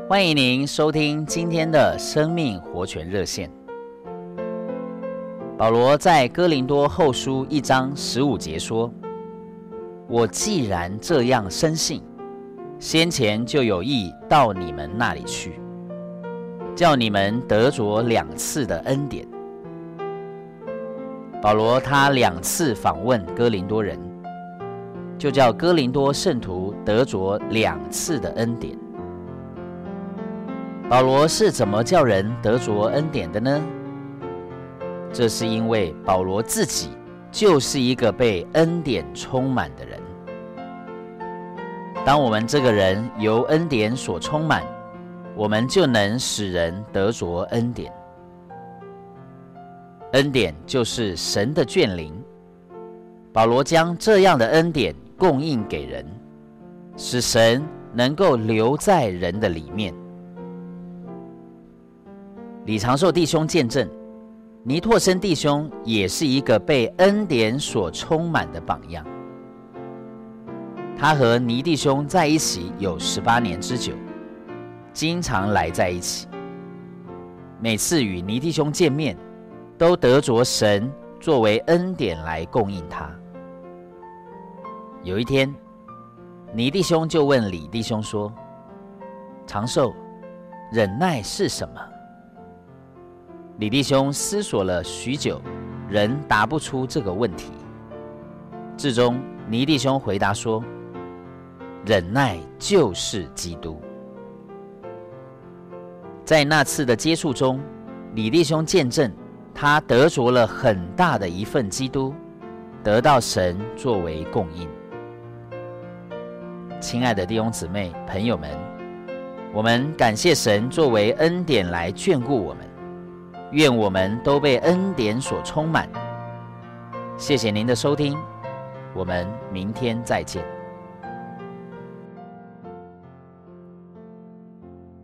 欢迎您收听今天的生命活泉热线。保罗在哥林多后书1章15节说：我既然这样深信，先前就有意到你们那里去，叫你们得着2次的恩典。保罗他2次访问哥林多人，就叫哥林多圣徒得着2次的恩典。保罗是怎么叫人得着恩典的呢？这是因为保罗自己就是一个被恩典充满的人。当我们这个人由恩典所充满，我们就能使人得着恩典。恩典就是神的眷临，保罗将这样的恩典供应给人，使神能够留在人的里面。李长寿弟兄见证，尼拓生弟兄也是一个被恩典所充满的榜样。他和尼弟兄在一起有18年之久，经常来在一起。每次与尼弟兄见面，都得着神作为恩典来供应他。有一天，尼弟兄就问李弟兄说：长寿，忍耐是什么？李弟兄思索了许久，仍答不出这个问题。至终，尼弟兄回答说：忍耐就是基督。在那次的接触中，李弟兄见证他得着了很大的一份基督，得到神作为供应。亲爱的弟兄姊妹朋友们，我们感谢神作为恩典来眷顾我们，愿我们都被恩典所充满。谢谢您的收听，我们明天再见。